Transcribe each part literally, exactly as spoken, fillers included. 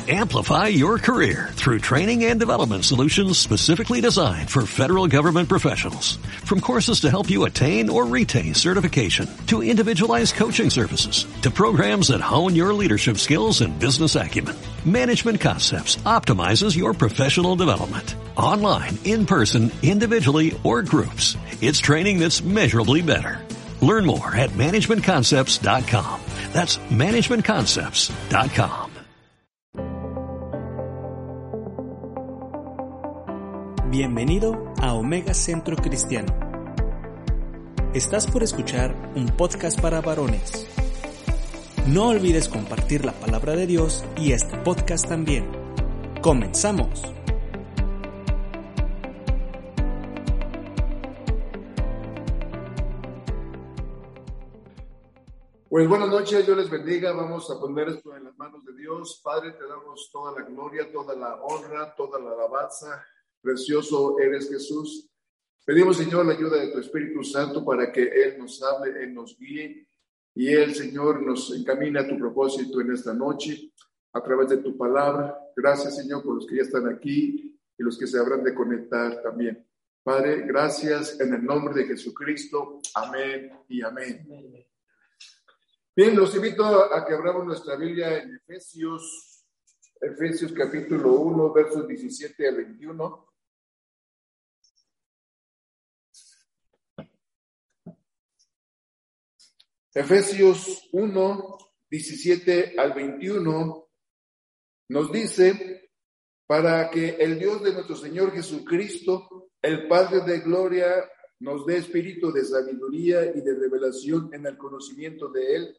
Amplify your career through training and development solutions specifically designed for federal government professionals. From courses to help you attain or retain certification, to individualized coaching services, to programs that hone your leadership skills and business acumen, Management Concepts optimizes your professional development. Online, in person, individually, or groups, it's training that's measurably better. Learn more at management concepts dot com. That's management concepts dot com. Bienvenido a Omega Centro Cristiano. Estás por escuchar un podcast para varones. No olvides compartir la palabra de Dios y este podcast también. ¡Comenzamos! Pues buenas noches, Dios les bendiga. Vamos a poner esto en las manos de Dios. Padre, te damos toda la gloria, toda la honra, toda la alabanza. Precioso eres, Jesús. Pedimos, Señor, la ayuda de tu Espíritu Santo para que Él nos hable, Él nos guíe y Él, Señor, nos encamine a tu propósito en esta noche a través de tu palabra. Gracias, Señor, por los que ya están aquí y los que se habrán de conectar también. Padre, gracias en el nombre de Jesucristo. Amén y amén. Bien, los invito a que abramos nuestra Biblia en Efesios, Efesios capítulo uno, versos diecisiete al veintiuno. Efesios uno, diecisiete al veintiuno nos dice: para que el Dios de nuestro Señor Jesucristo, el Padre de gloria, nos dé espíritu de sabiduría y de revelación en el conocimiento de Él,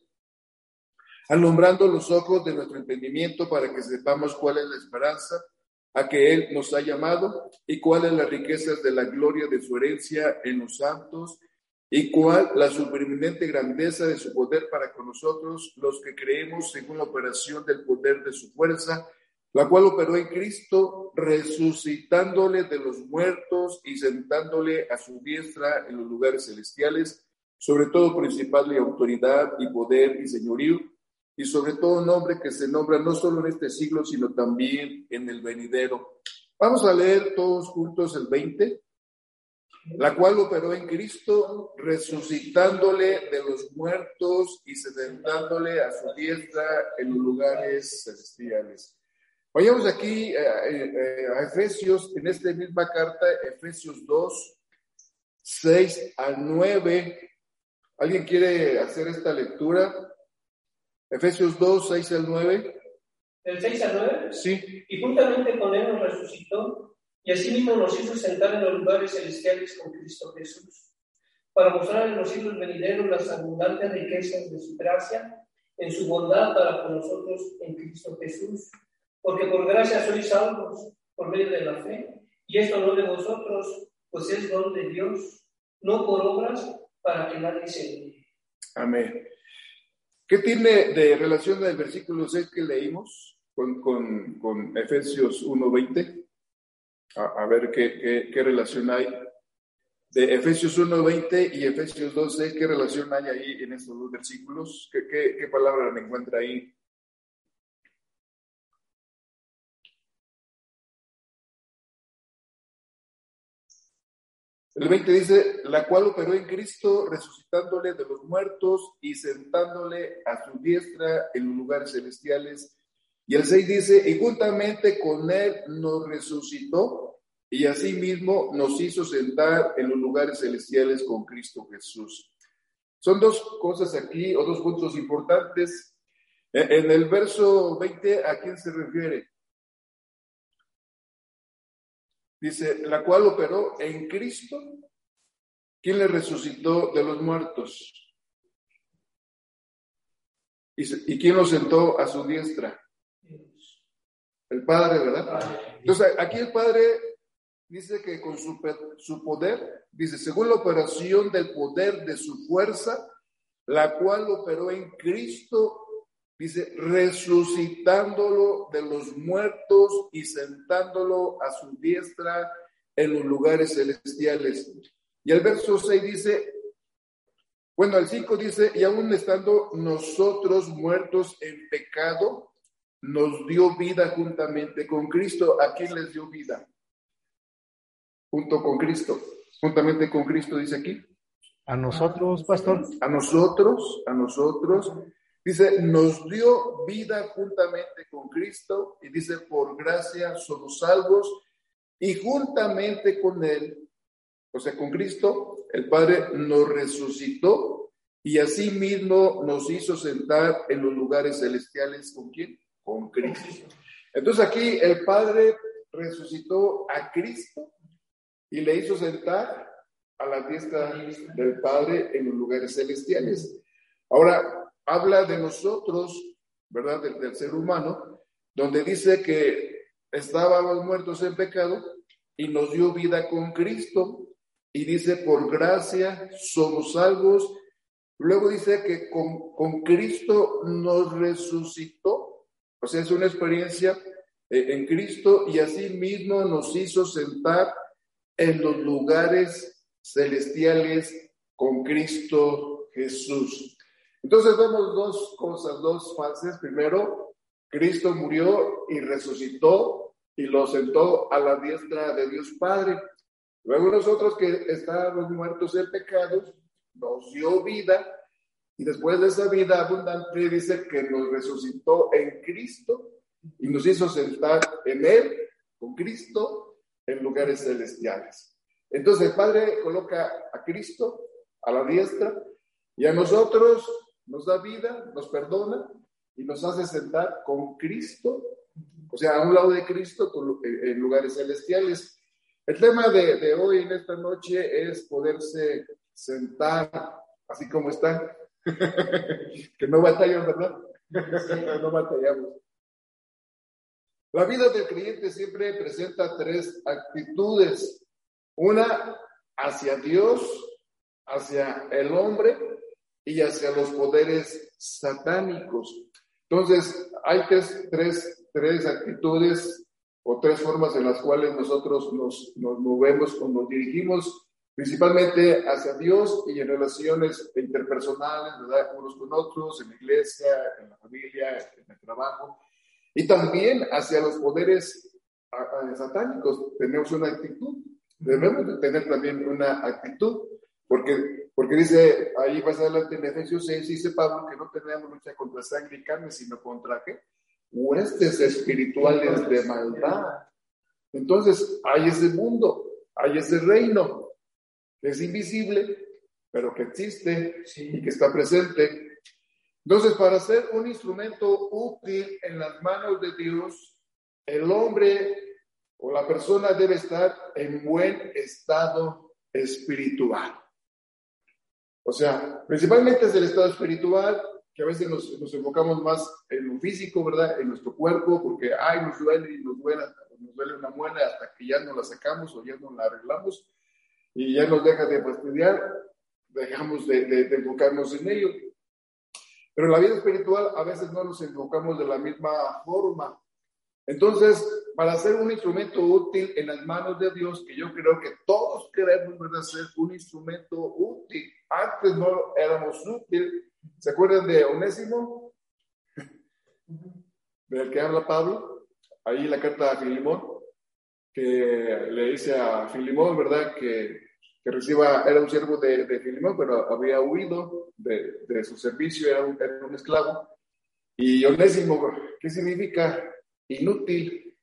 alumbrando los ojos de nuestro entendimiento para que sepamos cuál es la esperanza a que Él nos ha llamado y cuáles las riquezas de la gloria de su herencia en los santos y cuál la supereminente grandeza de su poder para con nosotros, los que creemos según la operación del poder de su fuerza, la cual operó en Cristo, resucitándole de los muertos y sentándole a su diestra en los lugares celestiales, sobre todo principal y autoridad y poder y señorío, y sobre todo nombre que se nombra no solo en este siglo, sino también en el venidero. Vamos a leer todos juntos el veinte. La cual operó en Cristo, resucitándole de los muertos y sentándole a su diestra en los lugares celestiales. Vayamos aquí eh, eh, a Efesios, en esta misma carta, Efesios dos, seis al nueve. ¿Alguien quiere hacer esta lectura? Efesios dos, seis al nueve. ¿Del seis al nueve? Sí. Y juntamente con Él nos resucitó, y asimismo nos hizo sentar en los lugares celestiales con Cristo Jesús, para mostrar en los siglos venideros las abundantes riquezas de su gracia, en su bondad para con nosotros en Cristo Jesús. Porque por gracia sois salvos por medio de la fe, y esto no de vosotros, pues es don de Dios, no por obras, para que nadie se gloríe. Amén. ¿Qué tiene de relación el versículo seis que leímos con, con, con Efesios uno veinte? A, a ver qué, qué, qué relación hay de Efesios uno veinte y Efesios dos seis, qué relación hay ahí en estos dos versículos, qué, qué, qué palabra me encuentra ahí. El veinte dice: la cual operó en Cristo, resucitándole de los muertos y sentándole a su diestra en los lugares celestiales. Y el seis dice: y juntamente con Él nos resucitó y asimismo nos hizo sentar en los lugares celestiales con Cristo Jesús. Son dos cosas aquí, o dos puntos importantes. En el verso veinte, ¿a quién se refiere? Dice: la cual operó en Cristo. ¿Quién le resucitó de los muertos? ¿Y, y quién lo sentó a su diestra? El Padre, ¿verdad? Entonces, aquí el Padre dice que con su, su poder, dice, según la operación del poder de su fuerza, la cual operó en Cristo, dice, resucitándolo de los muertos y sentándolo a su diestra en los lugares celestiales. Y el verso seis dice, bueno, el cinco dice, y aún estando nosotros muertos en pecado, nos dio vida juntamente con Cristo. ¿A quién les dio vida? Junto con Cristo. Juntamente con Cristo, dice aquí. A nosotros, pastor. A nosotros, a nosotros. Dice, nos dio vida juntamente con Cristo. Y dice, por gracia somos salvos. Y juntamente con Él, o sea, con Cristo, el Padre nos resucitó. Y así mismo nos hizo sentar en los lugares celestiales. ¿Con quién? Con Cristo. Entonces aquí el Padre resucitó a Cristo y le hizo sentar a la diestra del Padre en los lugares celestiales. Ahora, habla de nosotros, ¿verdad? Del, del ser humano, donde dice que estábamos muertos en pecado y nos dio vida con Cristo. Y dice, por gracia somos salvos. Luego dice que con, con Cristo nos resucitó. O sea, es una experiencia eh, en Cristo y así mismo nos hizo sentar en los lugares celestiales con Cristo Jesús. Entonces vemos dos cosas, dos fases. Primero, Cristo murió y resucitó y lo sentó a la diestra de Dios Padre. Luego nosotros que estábamos muertos en pecados, nos dio vida y después de esa vida abundante dice que nos resucitó en Cristo y nos hizo sentar en Él, con Cristo, en lugares celestiales. Entonces el Padre coloca a Cristo a la diestra y a nosotros nos da vida, nos perdona y nos hace sentar con Cristo, o sea, a un lado de Cristo en lugares celestiales. El tema de, de hoy en esta noche es poderse sentar así como están. Que no batallan, ¿verdad? No batallamos. La vida del creyente siempre presenta tres actitudes. Una hacia Dios, hacia el hombre y hacia los poderes satánicos. Entonces, hay tres, tres, tres actitudes o tres formas en las cuales nosotros nos, nos movemos cuando nos dirigimos principalmente hacia Dios y en relaciones interpersonales, ¿verdad? Unos con otros, en la iglesia, en la familia, en el trabajo. Y también hacia los poderes a, a, satánicos. Tenemos una actitud. Debemos de tener también una actitud. Porque, porque dice, ahí más adelante en Efesios seis, dice Pablo que no tenemos lucha contra sangre y carne, sino contra ¿qué? Huestes espirituales de maldad. Entonces, hay ese mundo, hay ese reino que es invisible, pero que existe y que está presente. Entonces, para ser un instrumento útil en las manos de Dios, el hombre o la persona debe estar en buen estado espiritual. O sea, principalmente es el estado espiritual, que a veces nos, nos enfocamos más en lo físico, ¿verdad? En nuestro cuerpo, porque, ay, nos duele y nos duele, nos duele una muela hasta que ya no la sacamos o ya no la arreglamos. Y ya nos deja de fastidiar, dejamos de, de, de enfocarnos en ello. Pero en la vida espiritual a veces no nos enfocamos de la misma forma. Entonces, para ser un instrumento útil en las manos de Dios, que yo creo que todos queremos, ¿verdad?, ser un instrumento útil. Antes no éramos útiles. ¿Se acuerdan de Onésimo? Del que habla Pablo. Ahí la carta a Filemón, que le dice a Filemón, ¿verdad?, que, que reciba, era un siervo de, de Filemón, pero había huido de, de su servicio, era un, era un esclavo. Y Onésimo, ¿qué significa? Inútil.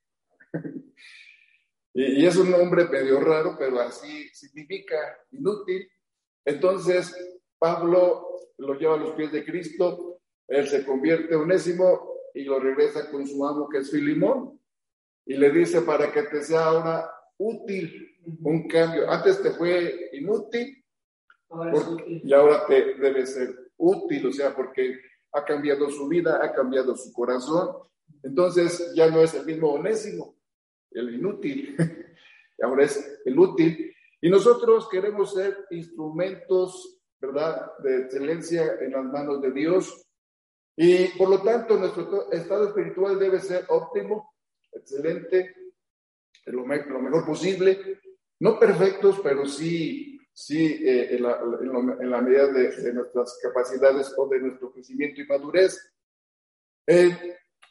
y, y es un nombre medio raro, pero así significa inútil. Entonces, Pablo lo lleva a los pies de Cristo, él se convierte en Onésimo y lo regresa con su amo, que es Filemón. Y le dice, para que te sea ahora útil, un cambio. Antes te fue inútil, ahora porque, útil. Y ahora te debe ser útil, o sea, porque ha cambiado su vida, ha cambiado su corazón. Entonces ya no es el mismo Onésimo, el inútil, ahora es el útil. Y nosotros queremos ser instrumentos, ¿verdad?, de excelencia en las manos de Dios. Y por lo tanto, nuestro estado espiritual debe ser óptimo, excelente, lo, me, lo mejor posible, no perfectos, pero sí, sí eh, en, la, en, lo, en la medida de, de nuestras capacidades o de nuestro crecimiento y madurez. Eh,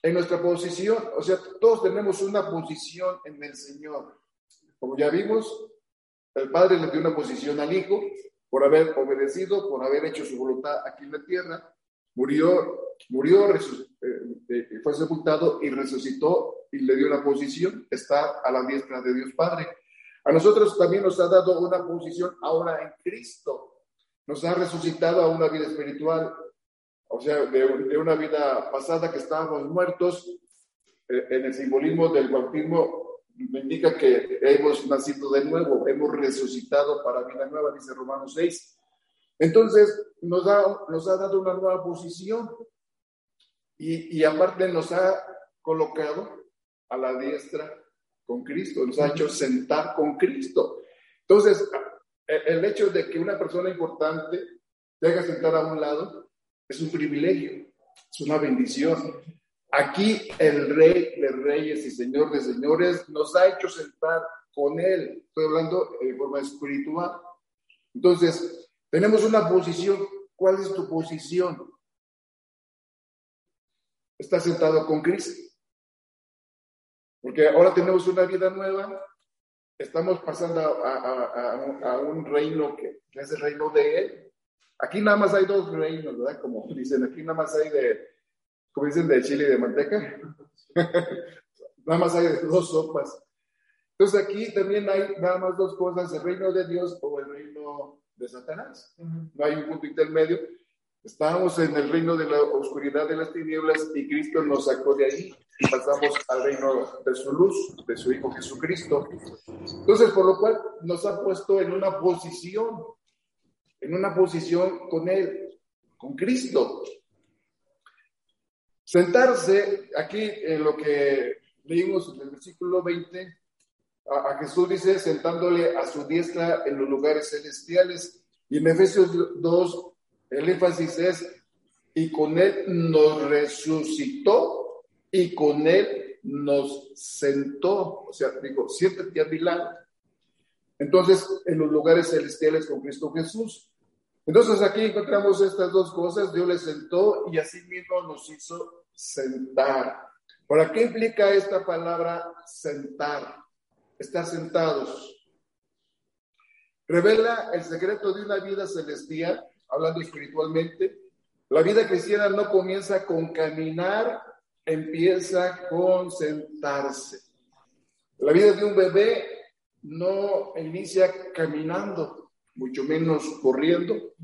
en nuestra posición, o sea, todos tenemos una posición en el Señor. Como ya vimos, el Padre le dio una posición al Hijo por haber obedecido, por haber hecho su voluntad aquí en la tierra. Murió, murió, resu- eh, eh, fue sepultado y resucitó y le dio una posición, está a la diestra de Dios Padre. A nosotros también nos ha dado una posición ahora en Cristo. Nos ha resucitado a una vida espiritual, o sea, de, de una vida pasada que estábamos muertos. Eh, en el simbolismo del bautismo me indica que hemos nacido de nuevo, hemos resucitado para vida nueva, dice Romanos seis. Entonces, nos ha, nos ha dado una nueva posición y, y aparte nos ha colocado a la diestra con Cristo, nos ha hecho sentar con Cristo. Entonces, el hecho de que una persona importante te haga sentar a un lado es un privilegio, es una bendición. Aquí el Rey de Reyes y Señor de Señores nos ha hecho sentar con Él. Estoy hablando de forma espiritual. Entonces, tenemos una posición. ¿Cuál es tu posición? ¿Estás sentado con Cristo? Porque ahora tenemos una vida nueva. Estamos pasando a, a, a, a un reino que es el reino de Él. Aquí nada más hay dos reinos, ¿verdad? Como dicen, aquí nada más hay de, como dicen, de chile y de manteca. Nada más hay dos sopas. Entonces aquí también hay nada más dos cosas, el reino de Dios o el reino de Satanás. No hay un punto intermedio. Estábamos en el reino de la oscuridad de las tinieblas y Cristo nos sacó de ahí y pasamos al reino de su luz, de su Hijo Jesucristo. Entonces, por lo cual nos ha puesto en una posición, en una posición con Él, con Cristo. Sentarse, aquí en lo que leímos en el versículo veinte, a, a Jesús dice, sentándole a su diestra en los lugares celestiales. Y en Efesios dos, el énfasis es, y con Él nos resucitó, y con Él nos sentó. O sea, digo, siéntate a mi lado. Entonces, en los lugares celestiales con Cristo Jesús. Entonces, aquí encontramos estas dos cosas. Dios le sentó y así mismo nos hizo sentar. ¿Para qué implica esta palabra sentar? Estar sentados. Revela el secreto de una vida celestial, hablando espiritualmente. La vida cristiana no comienza con caminar, empieza con sentarse. La vida de un bebé no inicia caminando, mucho menos corriendo,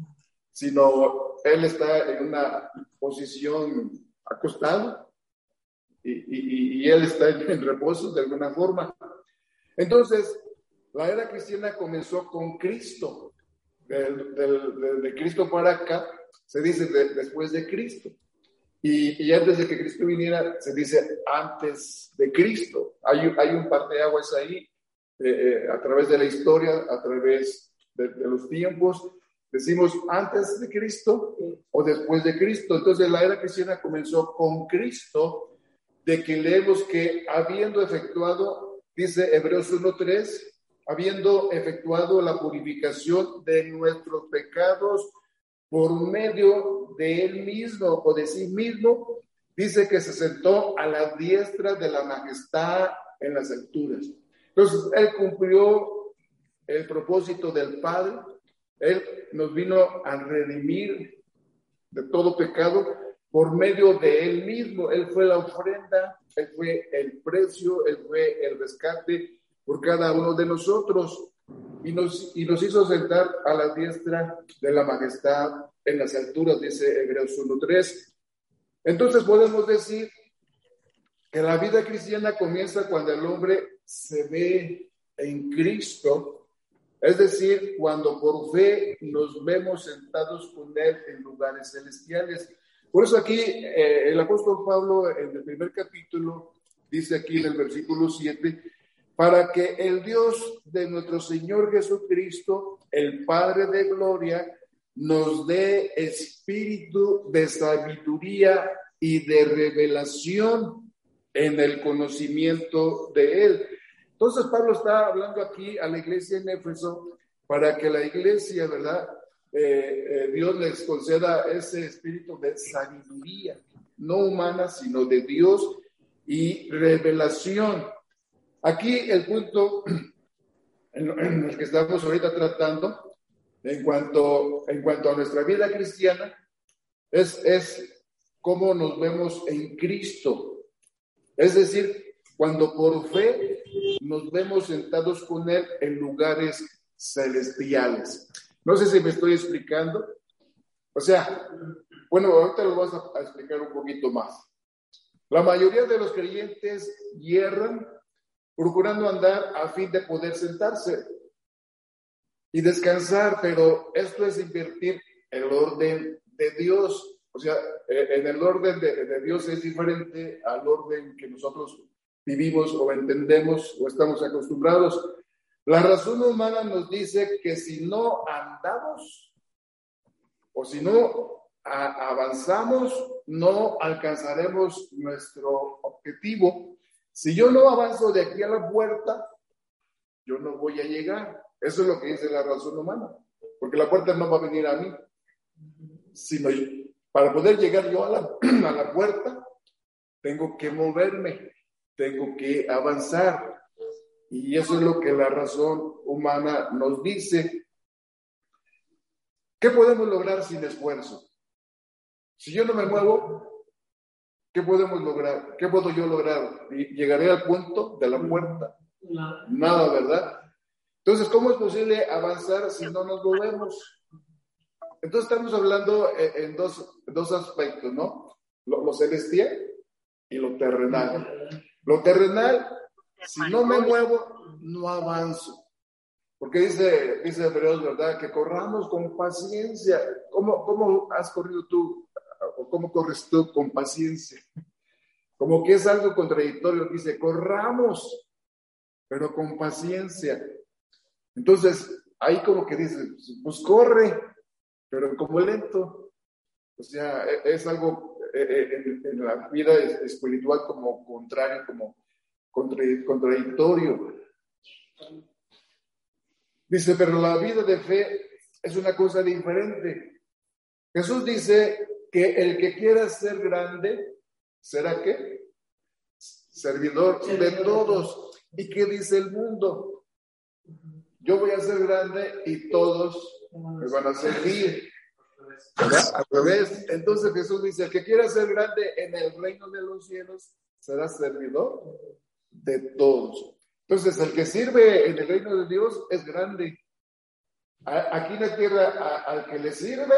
sino él está en una posición acostado y, y, y él está en, en reposo de alguna forma. Entonces, la era cristiana comenzó con Cristo. Del, del, de, de Cristo para acá, se dice de, después de Cristo. Y, y antes de que Cristo viniera, se dice antes de Cristo. Hay, hay un parteaguas ahí, eh, eh, a través de la historia, a través de, de los tiempos. Decimos antes de Cristo o después de Cristo. Entonces la era cristiana comenzó con Cristo, de que leemos que habiendo efectuado, dice Hebreos uno tres, habiendo efectuado la purificación de nuestros pecados por medio de Él mismo o de sí mismo, dice que se sentó a la diestra de la majestad en las alturas. Entonces, Él cumplió el propósito del Padre. Él nos vino a redimir de todo pecado por medio de Él mismo. Él fue la ofrenda, Él fue el precio, Él fue el rescate por cada uno de nosotros, y nos, y nos hizo sentar a la diestra de la majestad en las alturas, dice Hebreos uno tres. Entonces podemos decir que la vida cristiana comienza cuando el hombre se ve en Cristo, es decir, cuando por fe nos vemos sentados con Él en lugares celestiales. Por eso aquí eh, el apóstol Pablo en el primer capítulo dice aquí en el versículo siete, para que el Dios de nuestro Señor Jesucristo, el Padre de gloria, nos dé espíritu de sabiduría y de revelación en el conocimiento de Él. Entonces Pablo está hablando aquí a la iglesia en Éfeso para que la iglesia, ¿verdad? Eh, eh, Dios les conceda ese espíritu de sabiduría. no humana, sino de Dios y revelación. Aquí el punto en el que estamos ahorita tratando, en cuanto, en cuanto a nuestra vida cristiana, es, es cómo nos vemos en Cristo. Es decir, cuando por fe nos vemos sentados con Él en lugares celestiales. No sé si me estoy explicando. O sea, bueno, ahorita lo vamos a, a explicar un poquito más. La mayoría de los creyentes hierran procurando andar a fin de poder sentarse y descansar, pero esto es invertir el orden de Dios. O sea, en el orden de, de Dios es diferente al orden que nosotros vivimos o entendemos o estamos acostumbrados. La razón humana nos dice que si no andamos o si no a, avanzamos, no alcanzaremos nuestro objetivo. Si yo no avanzo de aquí a la puerta, yo no voy a llegar. Eso es lo que dice la razón humana, porque la puerta no va a venir a mí, sino para poder llegar yo a la, a la puerta, tengo que moverme, tengo que avanzar. Y eso es lo que la razón humana nos dice. ¿Qué podemos lograr sin esfuerzo? Si yo no me muevo, ¿qué podemos lograr? ¿Qué puedo yo lograr? ¿Llegaré al punto de la puerta? Nada, ¿verdad? Entonces, ¿cómo es posible avanzar si no nos movemos? Entonces, estamos hablando en dos, dos aspectos, ¿no? Lo, lo celestial y lo terrenal. Lo terrenal, si no me muevo, no avanzo. Porque dice, dice Hebreos, ¿verdad? Que corramos con paciencia. ¿Cómo, cómo has corrido tú? ¿O cómo corres tú con paciencia? Como que es algo contradictorio. Dice, corramos, pero con paciencia. Entonces, ahí como que dice, pues corre, pero como lento. O sea, es algo en, en la vida espiritual como contrario, como contradictorio. Dice, pero la vida de fe es una cosa diferente. Jesús dice que el que quiera ser grande, ¿será qué? Servidor de todos. ¿Y qué dice el mundo? Yo voy a ser grande y todos me van a servir. ¿Verdad? Al revés. Entonces Jesús dice, el que quiera ser grande en el reino de los cielos, será servidor de todos. Entonces, el que sirve en el reino de Dios es grande. Aquí en la tierra, a, al que le sirve,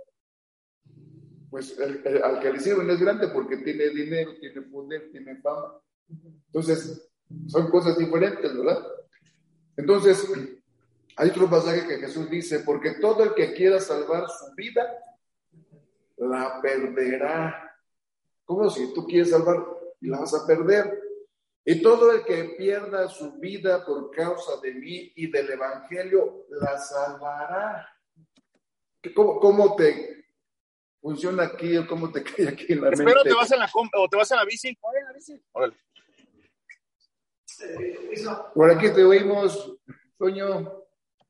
pues el, el, al que le sirve no es grande porque tiene dinero, tiene poder, tiene fama. Entonces, son cosas diferentes, ¿verdad? Entonces, hay otro pasaje que Jesús dice, porque todo el que quiera salvar su vida, la perderá. ¿Cómo si tú quieres salvar y la vas a perder? Y todo el que pierda su vida por causa de mí y del evangelio, la salvará. ¿Cómo, cómo te funciona aquí o cómo te cae aquí en la mente? Espero te vas en la compa o te vas en la bici. Órale, la bici. Órale. Por aquí te oímos, Toño.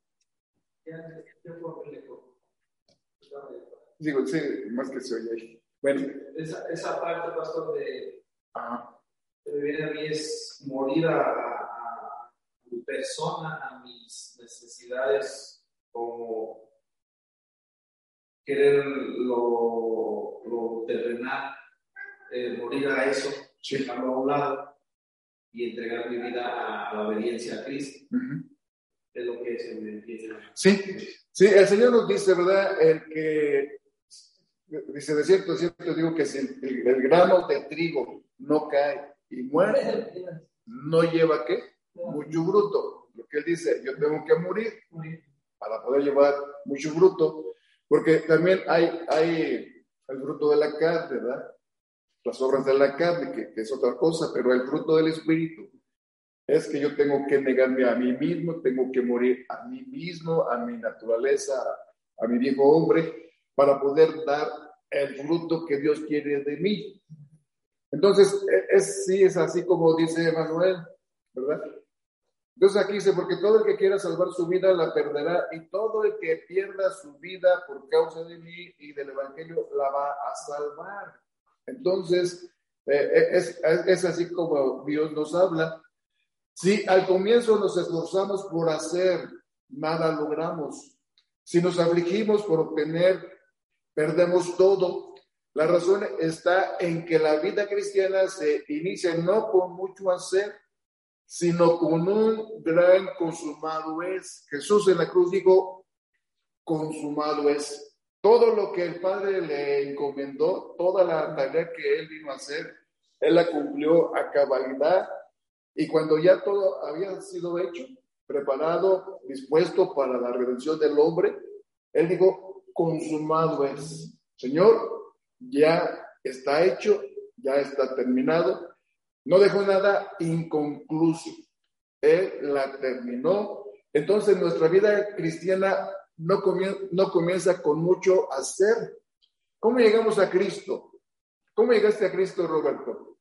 Digo, sí, más que se oye ahí. Bueno. Esa, esa parte, pastor, de... Ajá. Lo que viene a mí es morir a, a, a mi persona, a mis necesidades, como querer lo, lo terrenal, eh, morir a eso, sí. Dejarlo a un lado y entregar mi vida a, a la obediencia a Cristo. Uh-huh. Es lo que se me entiende. Sí, sí, el Señor nos dice, ¿verdad? El que, dice, de cierto, de cierto, digo que si el, el, el grano de trigo no cae y muere, no lleva ¿qué? Mucho fruto. Lo que él dice, yo tengo que morir para poder llevar mucho fruto, porque también hay, hay el fruto de la carne, ¿verdad? Las obras de la carne, que, que es otra cosa, pero el fruto del Espíritu es que yo tengo que negarme a mí mismo, tengo que morir a mí mismo, a mi naturaleza, a mi viejo hombre, para poder dar el fruto que Dios quiere de mí. Entonces, es, sí es así como dice Manuel, ¿verdad? Entonces aquí dice, porque todo el que quiera salvar su vida la perderá, y todo el que pierda su vida por causa de mí y del evangelio la va a salvar. Entonces, eh, es, es así como Dios nos habla. Si al comienzo nos esforzamos por hacer, nada logramos. Si nos afligimos por obtener, perdemos todo. La razón está en que la vida cristiana se inicia no con mucho hacer, sino con un gran consumado es. Jesús en la cruz dijo, consumado es. Todo lo que el Padre le encomendó, toda la tarea que Él vino a hacer, Él la cumplió a cabalidad. Y cuando ya todo había sido hecho, preparado, dispuesto para la redención del hombre, Él dijo, consumado es. Señor, ya está hecho, ya está terminado. No dejó nada inconcluso. Él la terminó. Entonces nuestra vida cristiana no comienza, no comienza con mucho hacer. ¿Cómo llegamos a Cristo? ¿Cómo llegaste a Cristo, Roberto?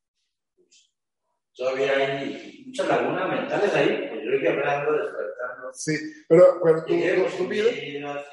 Todavía hay muchas lagunas mentales ahí, pues yo creo que apenas ando despertando. Sí, pero, pero tu, Llegué, tu, tu vida... vida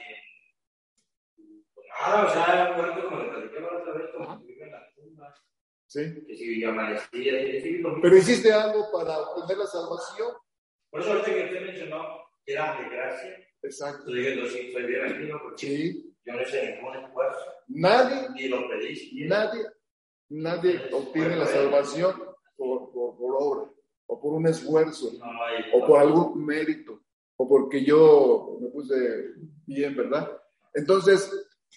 sin, pues nada, o sea, un momento como le platiqué la otra vez, como que vive en la tumba. Sí. Que si amanecí, y sí, lo mismo. Pero hiciste algo para obtener la salvación. Por eso ahorita que usted mencionó que era de gracia. Exacto. Estoy diciendo, sí, soy bien aquí, ¿no? Porque sí. Yo no hice ningún esfuerzo. Nadie, ni lo pedí. Nadie, nadie obtiene la salvación por, por, por obra, o por un esfuerzo, no, no hay, o por algún mérito, o porque yo me puse bien, ¿verdad? Entonces,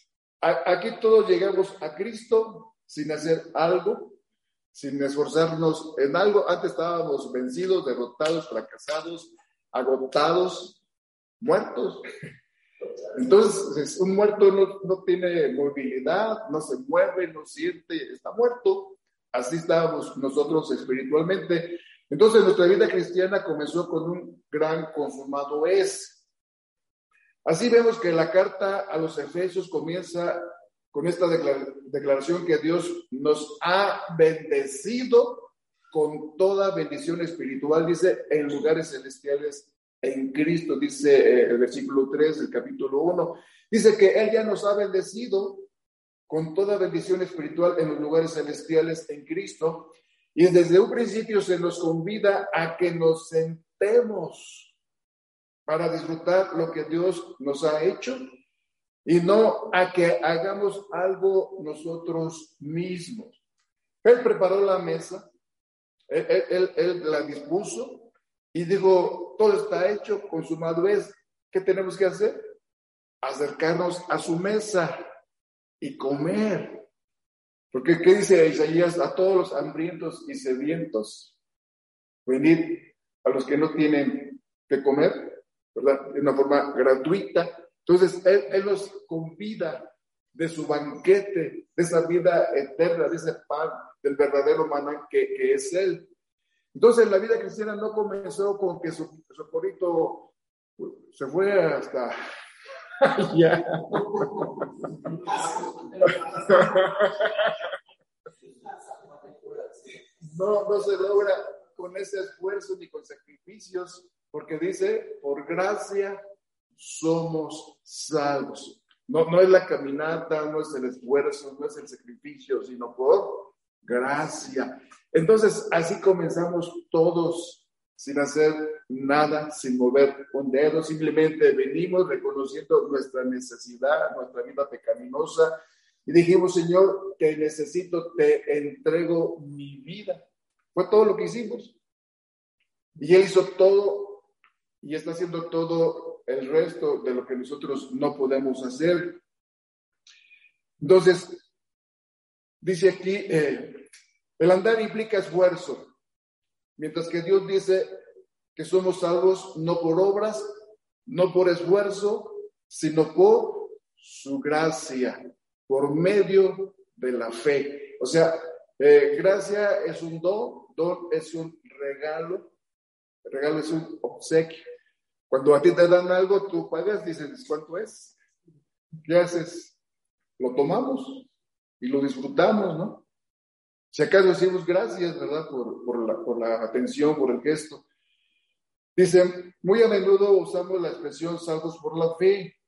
a, aquí todos llegamos a Cristo sin hacer algo, sin esforzarnos en algo. Antes estábamos vencidos, derrotados, fracasados, agotados, muertos. Entonces, un muerto no, no tiene movilidad, no se mueve, no siente, está muerto. Así estábamos nosotros espiritualmente. Entonces, nuestra vida cristiana comenzó con un gran consumado es. Así vemos que la carta a los Efesios comienza con esta declar- declaración que Dios nos ha bendecido con toda bendición espiritual, dice, en lugares celestiales en Cristo, dice eh, el versículo tres del capítulo uno. Dice que Él ya nos ha bendecido con toda bendición espiritual en los lugares celestiales en Cristo, y desde un principio se nos convida a que nos sentemos para disfrutar lo que Dios nos ha hecho y no a que hagamos algo nosotros mismos. Él preparó la mesa, él, él, él, él la dispuso y dijo, todo está hecho, consumado es. ¿Qué tenemos que hacer? Acercarnos a su mesa y comer. Porque ¿qué dice Isaías? A todos los hambrientos y sedientos, venid a los que no tienen que comer, ¿verdad? De una forma gratuita. Entonces, Él, él nos convida de su banquete, de esa vida eterna, de ese pan, del verdadero maná que, que es Él. Entonces, la vida cristiana no comenzó con que su socorrito se fue hasta allá. No, no se logra con ese esfuerzo ni con sacrificios, porque dice, por gracia somos salvos. No, no es la caminata, no es el esfuerzo, no es el sacrificio, sino por gracia. Entonces, así comenzamos todos, sin hacer nada, sin mover un dedo, simplemente venimos reconociendo nuestra necesidad, nuestra vida pecaminosa, y dijimos, Señor, te necesito, te entrego mi vida. Fue todo lo que hicimos. Y Él hizo todo, y está haciendo todo el resto de lo que nosotros no podemos hacer. Entonces, dice aquí, eh, el andar implica esfuerzo, mientras que Dios dice que somos salvos no por obras, no por esfuerzo, sino por su gracia, por medio de la fe. O sea, eh, gracia es un don, don es un regalo, regalo es un obsequio. Cuando a ti te dan algo, tú pagas, dices, ¿cuánto es? ¿Qué haces? Lo tomamos y lo disfrutamos, ¿no? Si acaso decimos gracias, ¿verdad? Por, por, la, por la atención, por el gesto. Dicen, muy a menudo usamos la expresión salvos por la fe.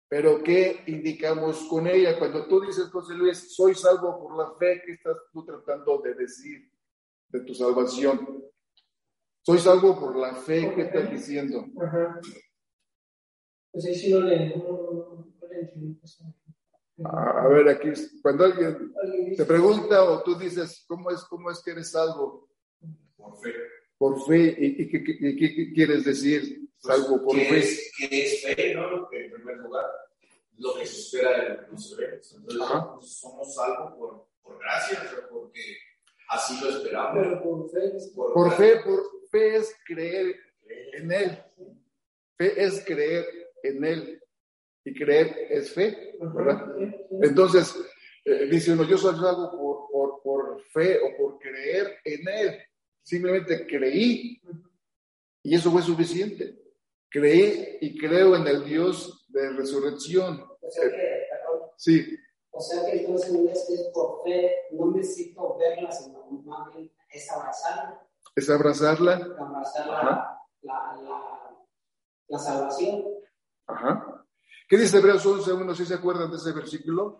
Pero ¿qué indicamos con ella? Cuando tú dices, José Luis, soy salvo por la fe, ¿qué estás tú tratando de decir de tu salvación? Soy salvo por la fe, ¿qué estás diciendo? Ajá. Pues ahí sí no le, no, no le entiendo. A, a ver, aquí, cuando alguien te pregunta o tú dices, ¿cómo es, cómo es que eres salvo? Por fe. Por fe, ¿y, y, qué, y qué quieres decir? Salvo por ¿Qué fe. Es, ¿Qué es fe, no? Lo que, en primer lugar, lo que se espera de lo que no se ve. Entonces, Ajá. somos salvos por, por gracia, o sea, porque así lo esperamos. Pero por fe, Por, por fe, por fe es creer en Él. Fe es creer en Él. Y creer es fe, ¿verdad? Entonces, eh, dice uno, yo soy salvo por, por, por fe o por creer en Él. Simplemente creí y eso fue suficiente. Creí y creo en el Dios de resurrección. O sea que, perdón, sí. O sea que entonces no es que es por fe, no necesito verla, sino más bien es abrazarla. Es abrazarla. Abrazar la, la, la, la salvación. Ajá. ¿Qué dice Hebreos once uno? ¿Sí se acuerdan de ese versículo?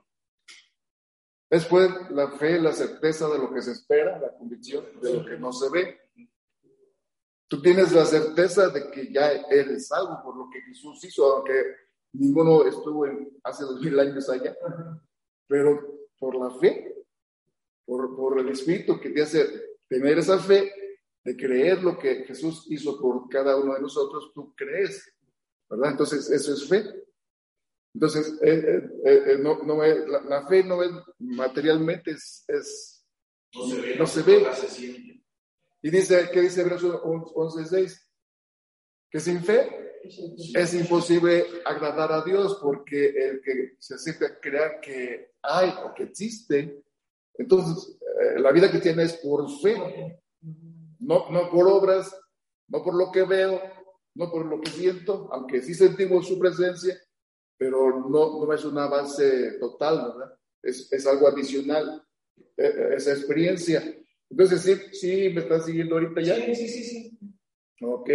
Es pues la fe, la certeza de lo que se espera, la convicción de lo que no se ve. Tú tienes la certeza de que ya eres salvo por lo que Jesús hizo, aunque ninguno estuvo en, hace dos mil años allá, pero por la fe, por, por el Espíritu que te hace tener esa fe de creer lo que Jesús hizo por cada uno de nosotros, tú crees, ¿verdad? Entonces eso es fe. Entonces, eh, eh, eh, no, no es, la, la fe no es materialmente, es, es no se ve, no se ve. Se siente. Y dice, ¿qué dice Hebreos once seis? Que sin fe es imposible agradar a Dios, porque el que se acerca a creer que hay o que existe, entonces eh, la vida que tiene es por fe, no, no por obras, no por lo que veo, no por lo que siento, aunque sí sentimos su presencia, pero no, no es una base total, ¿verdad? Es, es algo adicional, eh, esa experiencia. Entonces, ¿sí, sí me estás siguiendo ahorita ya? Sí, sí, sí, sí. Ok.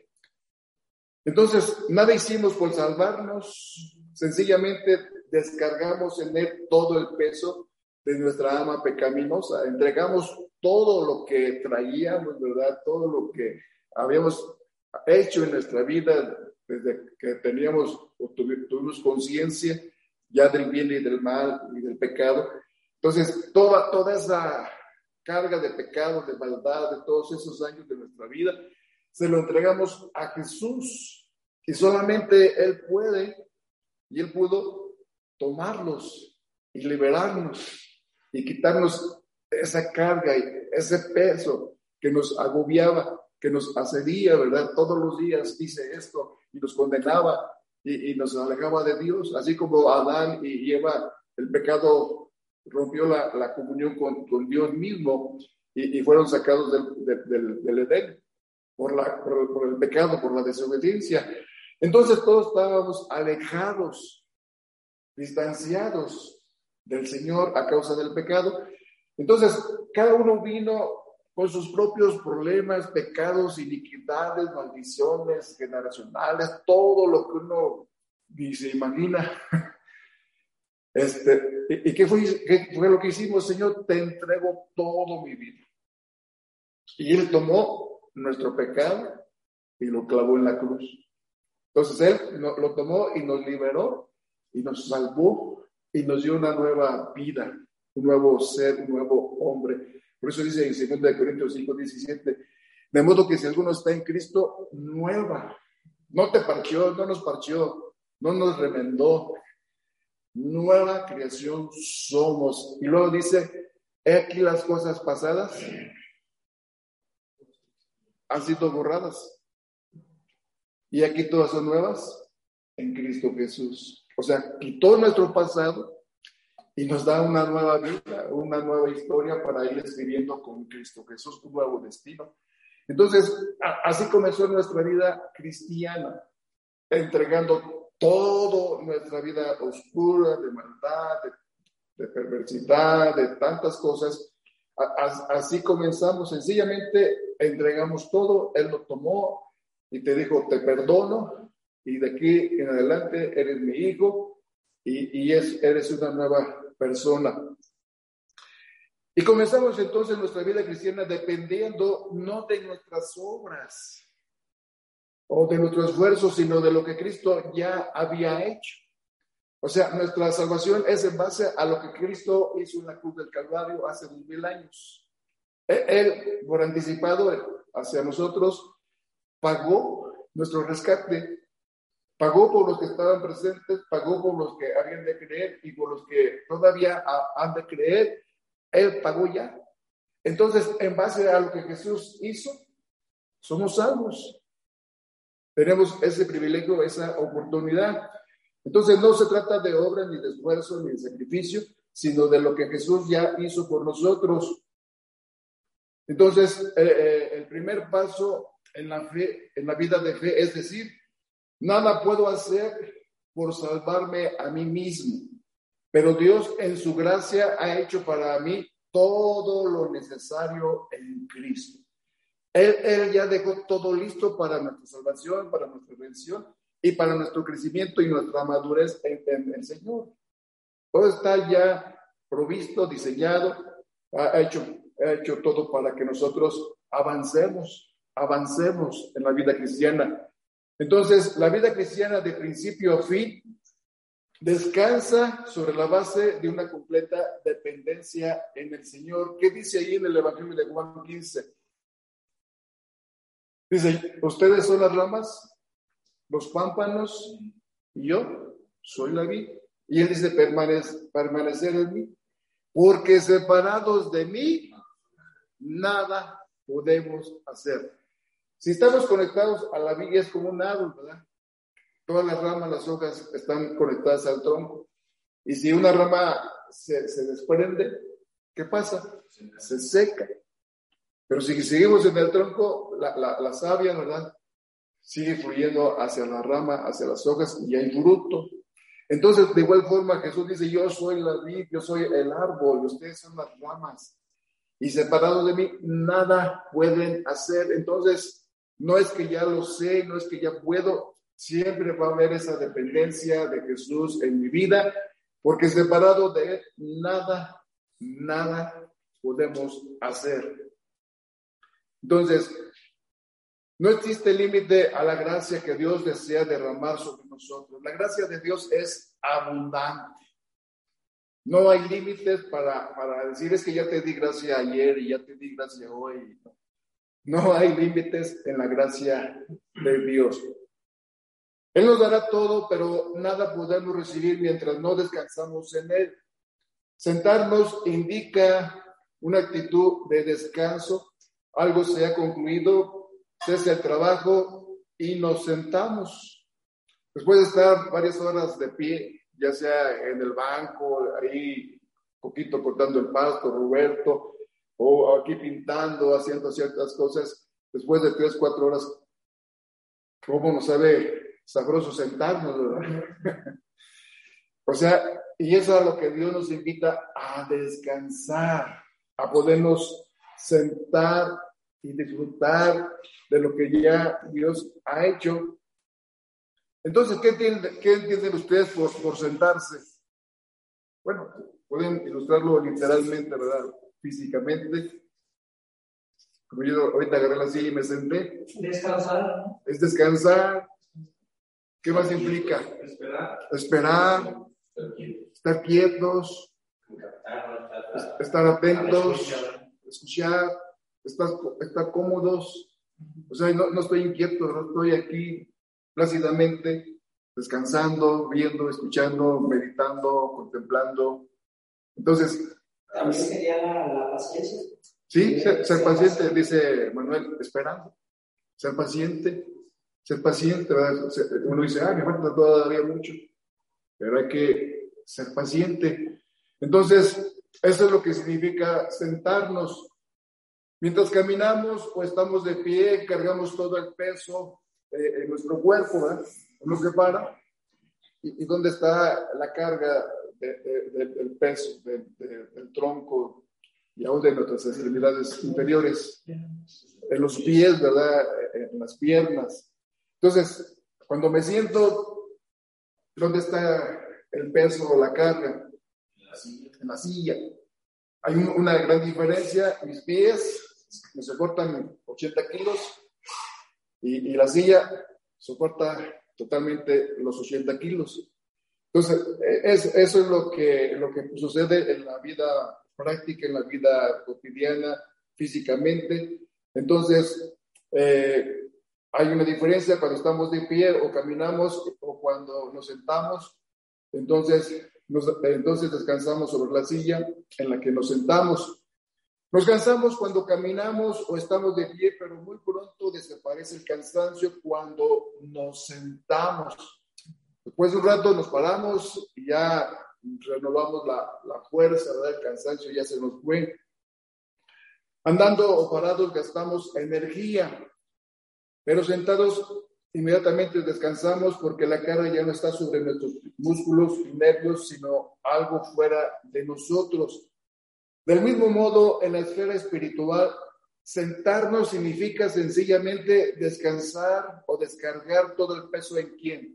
Entonces, nada hicimos por salvarnos, sencillamente descargamos en él todo el peso de nuestra alma pecaminosa, entregamos todo lo que traíamos, ¿verdad? Todo lo que habíamos hecho en nuestra vida desde que teníamos o tuvimos conciencia ya del bien y del mal y del pecado. Entonces, toda, toda esa carga de pecado, de maldad, de todos esos años de nuestra vida, se lo entregamos a Jesús y solamente Él puede y Él pudo tomarlos y liberarnos y quitarnos esa carga y ese peso que nos agobiaba, que nos asedía, ¿verdad? Todos los días hice esto y nos condenaba y, y nos alejaba de Dios, así como Adán y Eva, el pecado rompió la, la comunión con, con Dios mismo y, y fueron sacados del, del, del, del Edén por, la, por, por el pecado, por la desobediencia. Entonces todos estábamos alejados, distanciados del Señor a causa del pecado. Entonces cada uno vino con sus propios problemas, pecados, iniquidades, maldiciones generacionales, todo lo que uno ni se imagina. Este, ¿Y qué fue, qué fue lo que hicimos? Señor, te entrego todo mi vida. Y Él tomó nuestro pecado y lo clavó en la cruz. Entonces Él no, lo tomó y nos liberó y nos salvó y nos dio una nueva vida, un nuevo ser, un nuevo hombre. Por eso dice en segunda Corintios cinco diecisiete, de modo que si alguno está en Cristo, nueva. No te parcheó, no nos parcheó, no nos remendó. Nueva creación somos. Y luego dice, he aquí las cosas pasadas han sido borradas. Y aquí todas son nuevas en Cristo Jesús. O sea, quitó nuestro pasado y nos da una nueva vida, una nueva historia para ir escribiendo con Cristo Jesús, un nuevo destino. Entonces, a, así comenzó nuestra vida cristiana, entregando toda nuestra vida oscura, de maldad, de, de perversidad, de tantas cosas. A, a, así comenzamos, sencillamente entregamos todo, Él lo tomó y te dijo, te perdono, y de aquí en adelante eres mi hijo y, y es, eres una nueva persona. Y comenzamos entonces nuestra vida cristiana dependiendo no de nuestras obras o de nuestro esfuerzo, sino de lo que Cristo ya había hecho. O sea, nuestra salvación es en base a lo que Cristo hizo en la cruz del Calvario hace dos mil años. Él, por anticipado hacia nosotros, pagó nuestro rescate, pagó por los que estaban presentes, pagó por los que habían de creer y por los que todavía han de creer. Él pagó ya. Entonces, en base a lo que Jesús hizo, somos salvos. Tenemos ese privilegio, esa oportunidad. Entonces, no se trata de obra, ni de esfuerzo, ni de sacrificio, sino de lo que Jesús ya hizo por nosotros. Entonces, eh, eh, el primer paso en la fe, en la vida de fe, es decir, nada puedo hacer por salvarme a mí mismo, pero Dios en su gracia ha hecho para mí todo lo necesario en Cristo. Él, él ya dejó todo listo para nuestra salvación, para nuestra redención y para nuestro crecimiento y nuestra madurez en, en el Señor. Todo está ya provisto, diseñado, ha hecho, ha hecho todo para que nosotros avancemos, avancemos en la vida cristiana. Entonces, la vida cristiana de principio a fin descansa sobre la base de una completa dependencia en el Señor. ¿Qué dice ahí en el Evangelio de Juan quince? Dice, ustedes son las ramas, los pámpanos, y yo soy la vid. Y él dice, Permanece, permanecer en mí, porque separados de mí, nada podemos hacer. Si estamos conectados a la vid, es como un árbol, ¿verdad? Todas las ramas, las hojas están conectadas al tronco. Y si una rama se, se desprende, ¿qué pasa? Se seca. Pero si seguimos en el tronco, la, la, la savia, ¿verdad? Sigue fluyendo hacia la rama, hacia las hojas y hay fruto. Entonces, de igual forma, Jesús dice, yo soy la vid, yo soy el árbol, y ustedes son las ramas. Y separados de mí, nada pueden hacer. Entonces, no es que ya lo sé, no es que ya puedo. Siempre va a haber esa dependencia de Jesús en mi vida, porque separado de Él, nada, nada podemos hacer. Entonces, no existe límite a la gracia que Dios desea derramar sobre nosotros. La gracia de Dios es abundante. No hay límites para, para decir, es que ya te di gracia ayer y ya te di gracia hoy. No hay límites en la gracia de Dios. Él nos dará todo, pero nada podemos recibir mientras no descansamos en Él. Sentarnos indica una actitud de descanso. Algo se ha concluido, cesa el trabajo y nos sentamos. Después de estar varias horas de pie, ya sea en el banco, ahí poquito cortando el pasto, Roberto, o aquí pintando, haciendo ciertas cosas, después de tres, cuatro horas, ¿cómo nos sabe sabroso sentarnos, verdad? O sea, y eso es a lo que Dios nos invita a descansar, a podernos sentar y disfrutar de lo que ya Dios ha hecho. Entonces, ¿qué entienden, qué entienden ustedes por, por sentarse? Bueno, pueden ilustrarlo literalmente, ¿verdad? Físicamente. Como yo ahorita agarré la silla y me senté. Descansar. Es descansar. ¿Qué más implica? Esperar. Esperar. Estar quietos. Estar atentos. Escuchar. Estar, estar cómodos. O sea, no, no estoy inquieto, no estoy aquí plácidamente, descansando, viendo, escuchando, meditando, contemplando. Entonces, también sería la, la paciencia. Sí, ser, ser paciente, dice Manuel, esperando. Ser paciente, ser paciente, ¿verdad? Uno dice, ah, me falta todavía mucho, pero hay que ser paciente. Entonces, eso es lo que significa sentarnos. Mientras caminamos o estamos de pie, cargamos todo el peso eh, en nuestro cuerpo, ¿verdad? Uno que para. ¿Y, y dónde está la carga de, de, de, del peso, de, de, del tronco y aún de nuestras extremidades inferiores? En los pies, ¿verdad? En las piernas. Entonces, Cuando me siento, ¿dónde está el peso o la carga? En la silla. En la silla. Hay un, una gran diferencia. Mis pies me soportan ochenta kilos y, y la silla soporta totalmente los ochenta kilos. Entonces, es, eso es lo que, lo que sucede en la vida práctica, en la vida cotidiana, físicamente. Entonces, eh, hay una diferencia cuando estamos de pie o caminamos o cuando nos sentamos. Entonces, nos, entonces descansamos sobre la silla en la que nos sentamos. Nos cansamos cuando caminamos o estamos de pie, pero muy pronto desaparece el cansancio cuando nos sentamos. Después de un rato nos paramos y ya renovamos la, la fuerza, ¿verdad? El cansancio ya se nos fue. Andando o parados gastamos energía, pero sentados inmediatamente descansamos porque la carga ya no está sobre nuestros músculos y nervios, sino algo fuera de nosotros. Del mismo modo, en la esfera espiritual, sentarnos significa sencillamente descansar o descargar todo el peso en quién.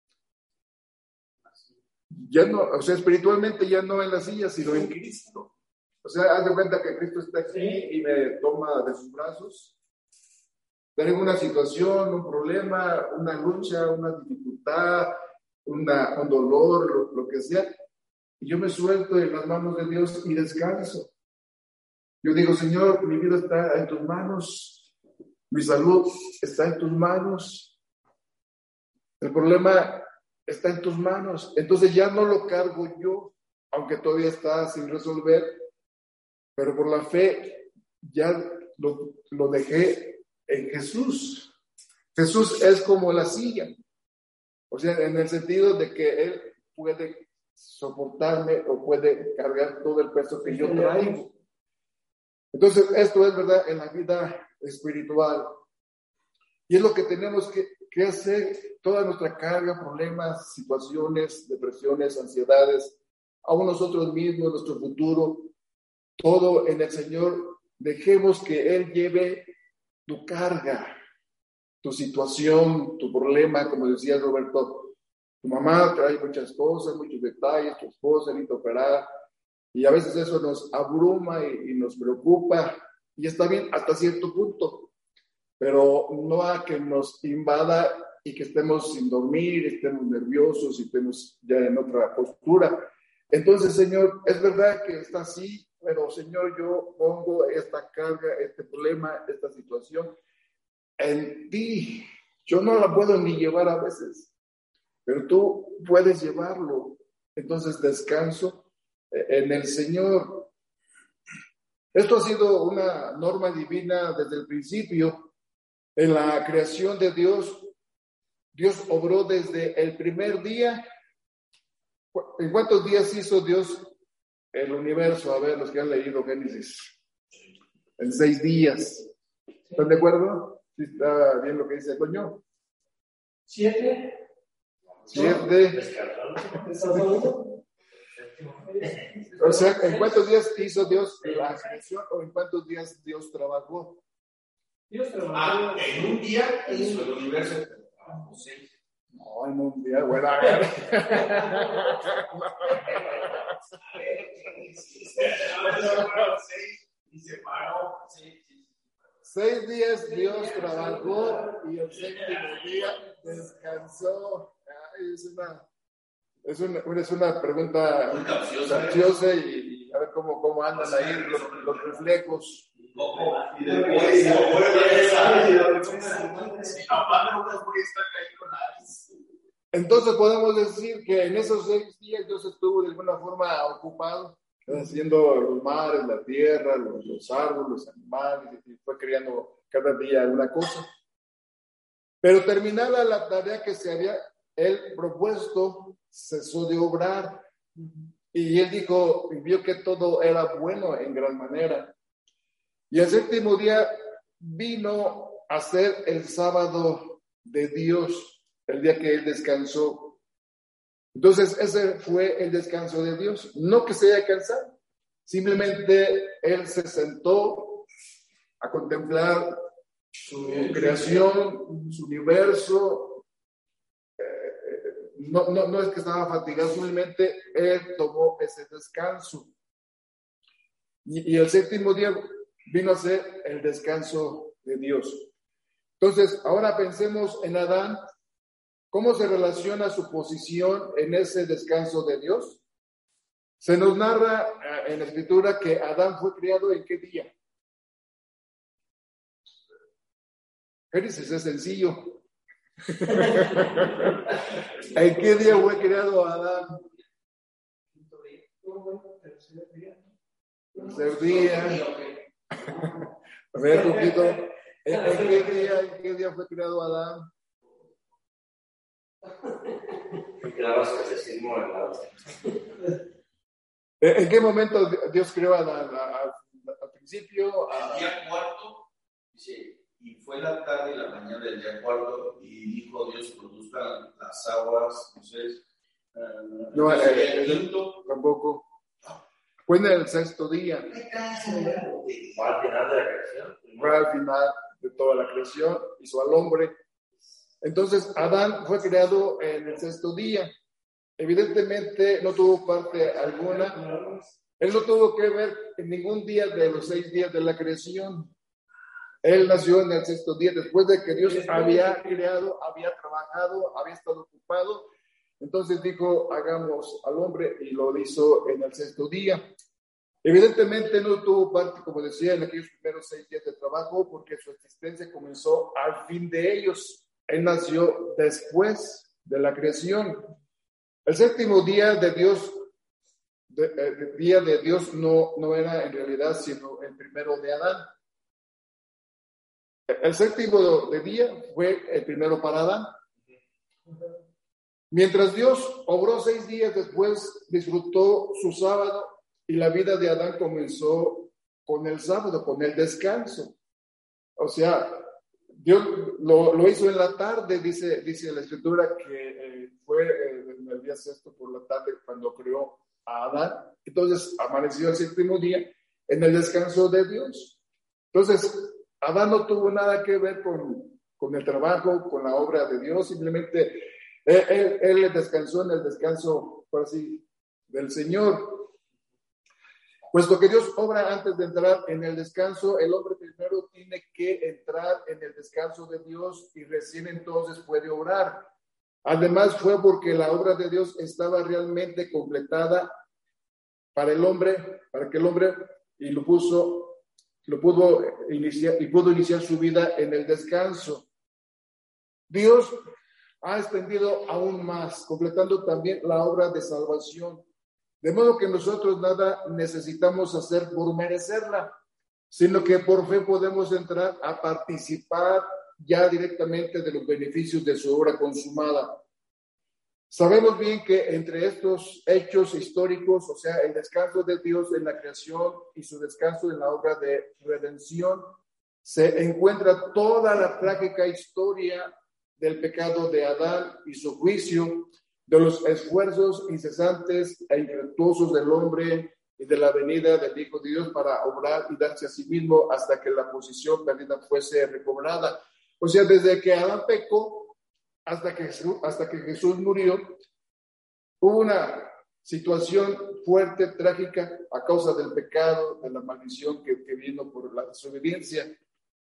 Ya no, o sea, espiritualmente ya no en la silla, sino en Cristo. O sea, haz de cuenta que Cristo está aquí y me toma de sus brazos. Tengo una situación, un problema, una lucha, una dificultad, una, un dolor, lo, lo que sea. Y yo me suelto en las manos de Dios y descanso. Yo digo, Señor, mi vida está en tus manos, mi salud está en tus manos, el problema está en tus manos. Entonces ya no lo cargo yo, aunque todavía está sin resolver, pero por la fe ya lo, lo dejé en Jesús. Jesús es como la silla, o sea, en el sentido de que Él puede soportarme o puede cargar todo el peso que yo traigo. Entonces, esto es verdad en la vida espiritual. Y es lo que tenemos que, que hacer, toda nuestra carga, problemas, situaciones, depresiones, ansiedades, aún nosotros mismos, nuestro futuro, todo en el Señor. Dejemos que Él lleve tu carga, tu situación, tu problema, como decía Roberto. Tu mamá trae muchas cosas, muchos detalles, tu esposa necesita operar, y a veces eso nos abruma y, y nos preocupa, y está bien hasta cierto punto, pero no a que nos invada y que estemos sin dormir, estemos nerviosos y estemos ya en otra postura. Entonces, Señor, es verdad que está así, pero Señor, yo pongo esta carga, este problema, esta situación en ti. Yo no la puedo ni llevar a veces, pero tú puedes llevarlo. Entonces descanso en el Señor. Esto ha sido una norma divina desde el principio. En la creación de Dios, Dios obró desde el primer día. ¿En cuántos días hizo Dios el universo? A ver, los que han leído Génesis. En seis días. ¿Están de acuerdo? ¿Sí está bien lo que dice Toño? Siete. Siete. O sea, ¿en cuántos días hizo Dios la creación o en cuántos días Dios trabajó? Dios trabajó. Ah, en un día hizo el universo. Ah, sí. No, en un día, bueno, a ver. Y se paró. Seis días Dios trabajó y el séptimo día descansó. Ay, es una, es una, es una pregunta muy capciosa, capciosa y, y a ver cómo, cómo andan ahí los, los reflejos. Y después, entonces podemos decir que en esos seis días Dios estuvo de alguna forma ocupado, haciendo los mares, la tierra, los, los árboles, los animales, y fue creando cada día alguna cosa. Pero terminada la tarea que se había él propuesto, cesó de obrar. Y él dijo, y vio que todo era bueno en gran manera. Y el séptimo día vino a ser el sábado de Dios, el día que él descansó. Entonces ese fue el descanso de Dios. No que se haya cansado, simplemente él se sentó a contemplar su creación, su universo, no, no, no es que estaba fatigado, simplemente él tomó ese descanso. Y, y el séptimo día vino a ser el descanso de Dios. Entonces, ahora pensemos en Adán. ¿Cómo se relaciona su posición en ese descanso de Dios? Se nos narra en la Escritura que Adán fue criado ¿en qué día? Génesis es sencillo. ¿En qué día fue criado Adán? Tercer día. A ver, un poquito. ¿En, en qué día, en qué día fue criado Adán? ¿En qué momento Dios creó a Adán? ¿Al principio? El día cuarto, dice, y fue la tarde y la mañana del día cuarto, y dijo Dios, produzcan las aguas, entonces, uh, no, entonces eh, el el, quinto, tampoco. Fue en el sexto día. Fue al final de la creación. Fue al final de toda la creación, hizo al hombre. Entonces, Adán fue creado en el sexto día. Evidentemente, no tuvo parte alguna. Él no tuvo que ver en ningún día de los seis días de la creación. Él nació en el sexto día, después de que Dios había creado, había trabajado, había estado ocupado. Entonces dijo, hagamos al hombre, y lo hizo en el sexto día. Evidentemente no tuvo parte, como decía, en aquellos primeros seis días de trabajo, porque su existencia comenzó al fin de ellos. Él nació después de la creación. El séptimo día de Dios, de, el día de Dios no, no era en realidad sino el primero de Adán. El séptimo de día fue el primero para Adán. Mientras Dios obró seis días después, disfrutó su sábado, y la vida de Adán comenzó con el sábado, con el descanso. O sea, Dios lo, lo hizo en la tarde, dice, dice la Escritura, que eh, fue eh, en el día sexto por la tarde cuando creó a Adán. Entonces amaneció el séptimo día en el descanso de Dios. Entonces, Adán no tuvo nada que ver con, con el trabajo, con la obra de Dios, simplemente él, él, él descansó en el descanso, por así, del Señor. Puesto que Dios obra antes de entrar en el descanso, el hombre primero tiene que entrar en el descanso de Dios y recién entonces puede obrar. Además fue porque la obra de Dios estaba realmente completada para el hombre, para que el hombre y lo puso, lo pudo iniciar y pudo iniciar su vida en el descanso. Dios ha extendido aún más, completando también la obra de salvación. De modo que nosotros nada necesitamos hacer por merecerla, sino que por fe podemos entrar a participar ya directamente de los beneficios de su obra consumada. Sabemos bien que entre estos hechos históricos, o sea, el descanso de Dios en la creación y su descanso en la obra de redención, se encuentra toda la trágica historia del pecado de Adán y su juicio, de los esfuerzos incesantes e infructuosos del hombre y de la venida del Hijo de Dios para obrar y darse a sí mismo hasta que la posición perdida fuese recobrada. O sea, desde que Adán pecó hasta que Jesús, hasta que Jesús murió, hubo una situación fuerte, trágica, a causa del pecado, de la maldición que, que vino por la desobediencia.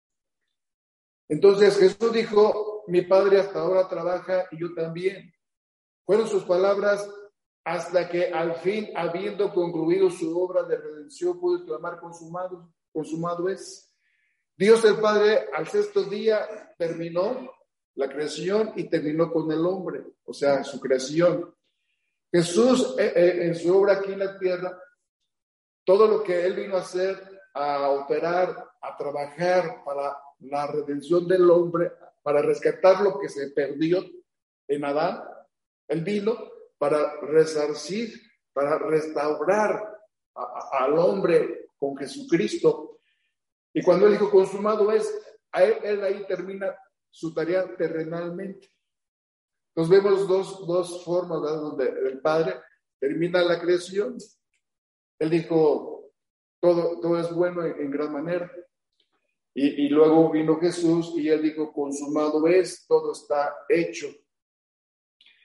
Entonces Jesús dijo, mi Padre hasta ahora trabaja y yo también. Fueron sus palabras hasta que al fin, habiendo concluido su obra de redención, pudo exclamar consumado, consumado es. Dios el Padre al sexto día terminó la creación y terminó con el hombre, o sea, su creación. Jesús eh, eh, en su obra aquí en la tierra, todo lo que Él vino a hacer, a operar, a trabajar para la redención del hombre, para rescatar lo que se perdió en Adán, Él vino para resarcir, para restaurar a, a, al hombre con Jesucristo. Y cuando Él dijo consumado es, a él, él ahí termina su tarea terrenalmente. Entonces vemos dos, dos formas, ¿verdad? Donde el Padre termina la creación. Él dijo, todo, todo es bueno en, en gran manera. Y, y luego vino Jesús y Él dijo, consumado es, todo está hecho.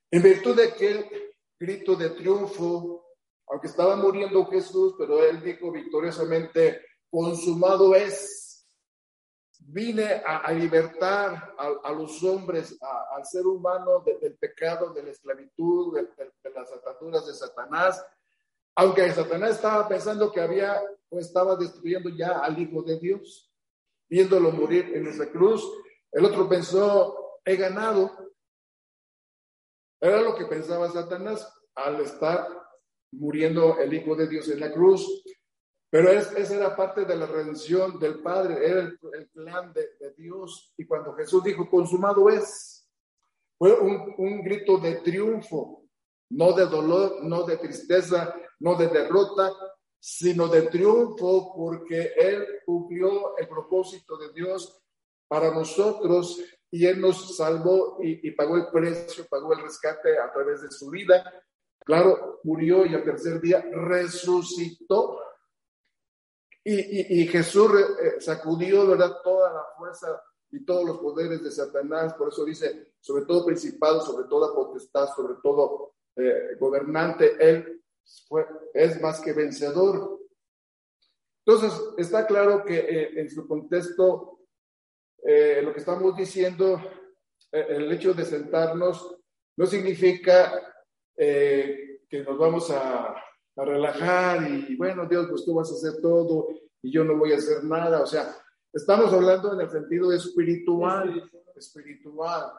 En virtud de aquel grito de triunfo, aunque estaba muriendo Jesús, pero él dijo victoriosamente, consumado es. Vine a, a libertar a, a los hombres, a, al ser humano de, del pecado, de la esclavitud, de, de, de las ataduras de Satanás. Aunque Satanás estaba pensando que había, o estaba destruyendo ya al Hijo de Dios, viéndolo morir en esa cruz, el otro pensó, he ganado. Era lo que pensaba Satanás al estar muriendo el Hijo de Dios en la cruz. Pero es, esa era parte de la redención del Padre, era el, el plan de, de Dios. Y cuando Jesús dijo, consumado es, fue un, un grito de triunfo, no de dolor, no de tristeza, no de derrota, sino de triunfo, porque Él cumplió el propósito de Dios para nosotros y Él nos salvó y, y pagó el precio, pagó el rescate a través de su vida. Claro, murió y al tercer día resucitó. Y, y, y Jesús eh, sacudió, ¿verdad?, toda la fuerza y todos los poderes de Satanás. Por eso dice, sobre todo principado, sobre toda potestad, sobre todo eh, gobernante, Él fue, es más que vencedor. Entonces, está claro que eh, en su contexto, eh, lo que estamos diciendo, eh, el hecho de sentarnos no significa eh, que nos vamos a... a relajar y bueno, Dios, pues tú vas a hacer todo y yo no voy a hacer nada. O sea, estamos hablando en el sentido espiritual, espiritual.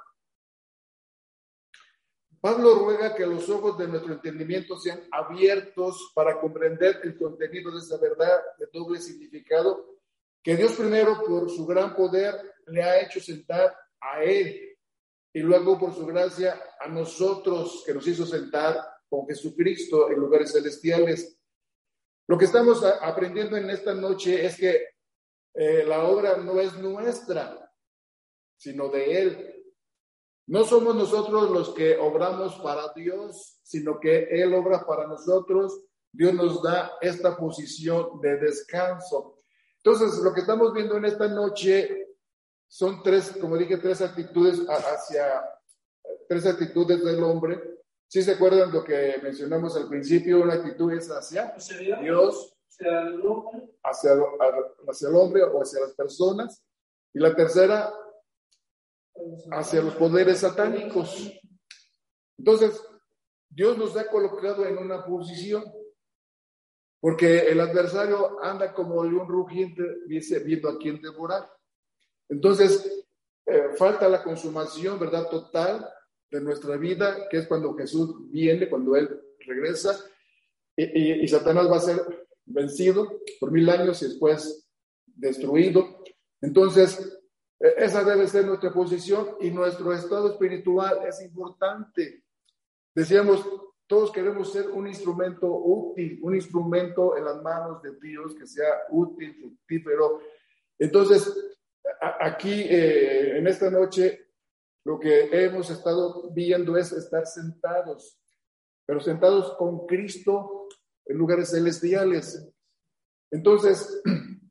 Pablo ruega que los ojos de nuestro entendimiento sean abiertos para comprender el contenido de esa verdad de doble significado que Dios primero por su gran poder le ha hecho sentar a él y luego por su gracia a nosotros que nos hizo sentar con Jesucristo en lugares celestiales. Lo que estamos a, aprendiendo en esta noche es que eh, la obra no es nuestra, sino de Él. No somos nosotros los que obramos para Dios, sino que Él obra para nosotros. Dios nos da esta posición de descanso. Entonces, lo que estamos viendo en esta noche son tres, como dije, tres actitudes hacia, tres actitudes del hombre. ¿Sí se acuerdan lo que mencionamos al principio? Una actitud es hacia Dios, hacia, hacia el hombre o hacia las personas. Y la tercera, hacia los poderes satánicos. Entonces, Dios nos ha colocado en una posición, porque el adversario anda como león rugiente, viendo a quién devorar. Entonces, eh, falta la consumación, ¿verdad?, total de nuestra vida, que es cuando Jesús viene, cuando Él regresa, y, y, y Satanás va a ser vencido por mil años y después destruido. Entonces, esa debe ser nuestra posición y nuestro estado espiritual es importante. Decíamos, todos queremos ser un instrumento útil, un instrumento en las manos de Dios que sea útil, fructífero. Entonces, a, aquí eh, en esta noche, lo que hemos estado viendo es estar sentados, pero sentados con Cristo en lugares celestiales. Entonces,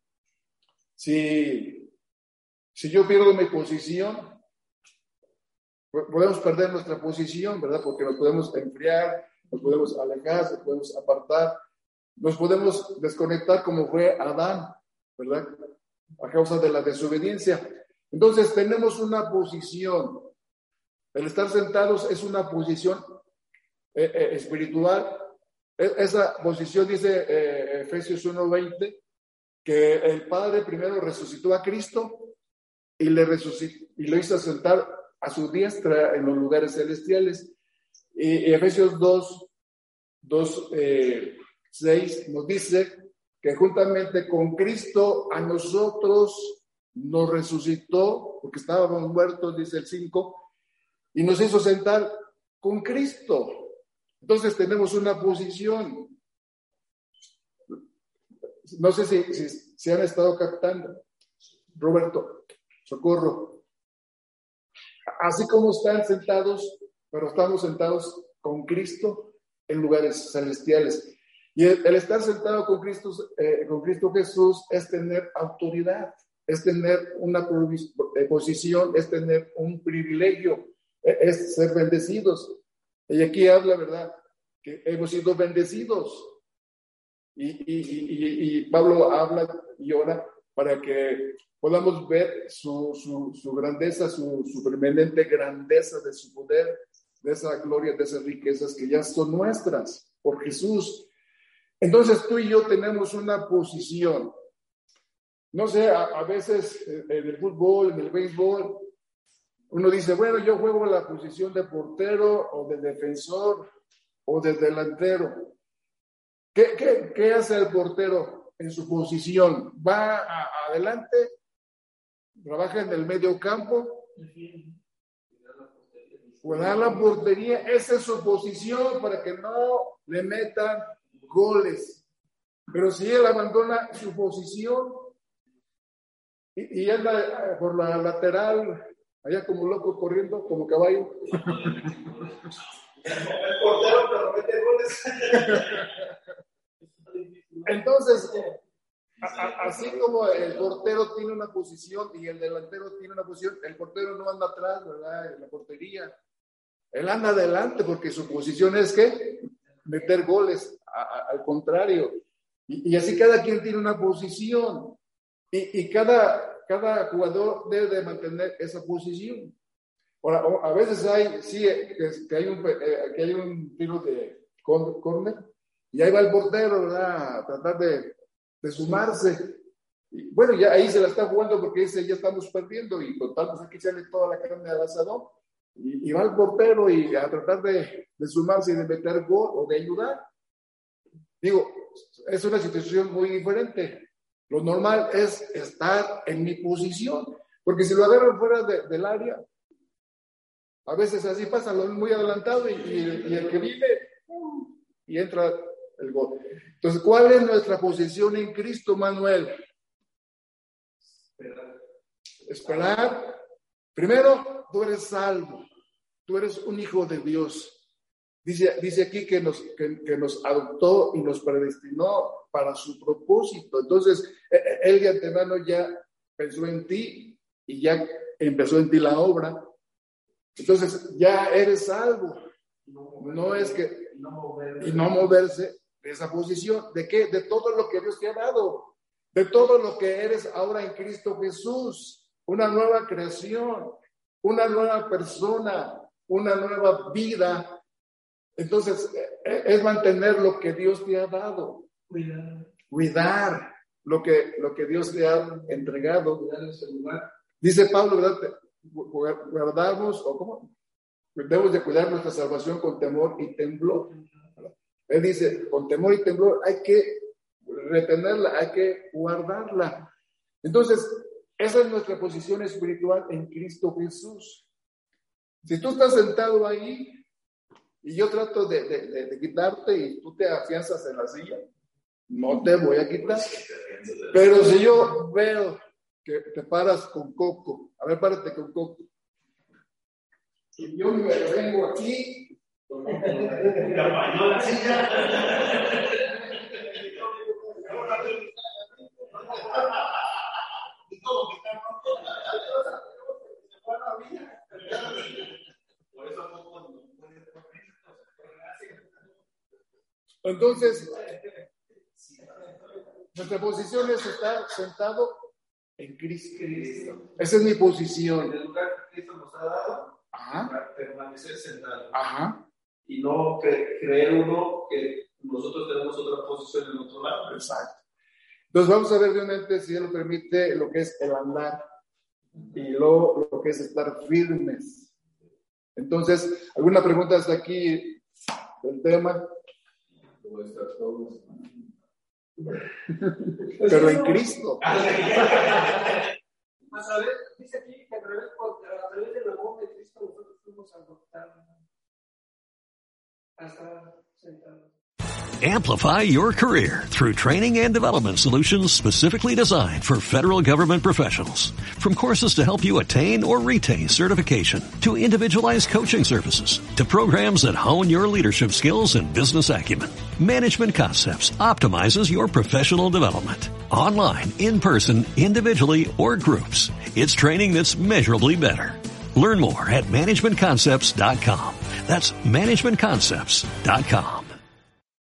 si, si yo pierdo mi posición, podemos perder nuestra posición, ¿verdad? Porque nos podemos enfriar, nos podemos alejar, nos podemos apartar, nos podemos desconectar como fue Adán, ¿verdad? A causa de la desobediencia. Entonces tenemos una posición. El estar sentados es una posición eh, eh, espiritual. Esa posición dice eh, Efesios uno veinte que el Padre primero resucitó a Cristo y le resucitó y lo hizo sentar a su diestra en los lugares celestiales. Y, y Efesios dos, dos eh, seis nos dice que juntamente con Cristo a nosotros nos resucitó, porque estábamos muertos, dice el cinco, y nos hizo sentar con Cristo. Entonces tenemos una posición. No sé si, si, si han estado captando. Roberto, Socorro. Así como están sentados, pero estamos sentados con Cristo en lugares celestiales. Y el, el estar sentado con Cristo, eh, con Cristo Jesús es tener autoridad, es tener una posición, es tener un privilegio, es ser bendecidos. Y aquí habla, ¿verdad?, que hemos sido bendecidos. Y, y, y, y Pablo habla y ora para que podamos ver su, su, su grandeza, su, su permanente grandeza de su poder, de esa gloria, de esas riquezas que ya son nuestras por Jesús. Entonces tú y yo tenemos una posición. No sé, a, a veces en el fútbol, en el béisbol, uno dice, bueno, yo juego en la posición de portero o de defensor o de delantero. ¿Qué, qué, qué hace el portero en su posición? ¿Va a, adelante? ¿Trabaja en el medio campo? Cuidar la portería. Esa es su posición para que no le metan goles. Pero si él abandona su posición y, y anda por la lateral, allá como loco corriendo, como caballo. El portero, pero mete goles. Entonces, a, a, así como el portero tiene una posición y el delantero tiene una posición, el portero no anda atrás, ¿verdad?, en la portería. Él anda adelante porque su posición es que meter goles, a, a, al contrario. Y, y así cada quien tiene una posición. Y, y cada, cada jugador debe de mantener esa posición. Ahora, a veces hay, sí, que, que, hay, un, eh, que hay un tiro de córner y ahí va el portero, ¿verdad?, a tratar de, de sumarse. Y bueno, ya ahí se la está jugando porque dice, ya estamos perdiendo y con tal, pues aquí sale toda la carne al asador. Y, y va el portero y a tratar de, de sumarse y de meter gol o de ayudar. Digo, es una situación muy diferente. Lo normal es estar en mi posición, porque si lo agarran fuera de, del área, a veces así pasa, lo muy adelantado y, y, y el que vive, y entra el gol. Entonces, ¿cuál es nuestra posición en Cristo, Manuel? Esperar. Esperar. Primero, tú eres salvo. Tú eres un hijo de Dios. Dice, dice aquí que nos, que, que nos adoptó y nos predestinó para su propósito. Entonces, él de antemano ya pensó en ti y ya empezó en ti la obra. Entonces, ya eres salvo. No es que... Y no moverse de esa posición. ¿De qué? De todo lo que Dios te ha dado. De todo lo que eres ahora en Cristo Jesús. Una nueva creación. Una nueva persona. Una nueva vida. Entonces, es mantener lo que Dios te ha dado. Cuidar. Cuidar lo que, lo que Dios te ha entregado. Cuidar ese lugar. Dice Pablo, ¿verdad? Guardamos, o cómo, debemos de cuidar nuestra salvación con temor y temblor. Él dice, con temor y temblor hay que retenerla, hay que guardarla. Entonces, esa es nuestra posición espiritual en Cristo Jesús. Si tú estás sentado ahí y yo trato de, de, de, de quitarte y tú te afianzas en la silla, no te voy a quitar. Pero si yo veo que te paras con coco, a ver, párate con coco, y yo me vengo aquí, la pañola, entonces, nuestra posición es estar sentado en Cristo. Esa es mi posición. En el lugar que Cristo nos ha dado, ajá, para permanecer sentado. Ajá. Y no cre- creer uno que nosotros tenemos otra posición en otro lado. Exacto. Entonces vamos a ver realmente, si Dios lo permite, lo que es el andar y lo, lo que es estar firmes. Entonces, ¿alguna pregunta hasta aquí del tema? Pero en Cristo. A través, dice aquí que a través, a través del amor de Cristo nosotros fuimos adoptados hasta sentados. Amplify your career through training and development solutions specifically designed for federal government professionals. From courses to help you attain or retain certification, to individualized coaching services, to programs that hone your leadership skills and business acumen, Management Concepts optimizes your professional development. Online, in person, individually, or groups, it's training that's measurably better. Learn more at management concepts dot com. That's management concepts dot com.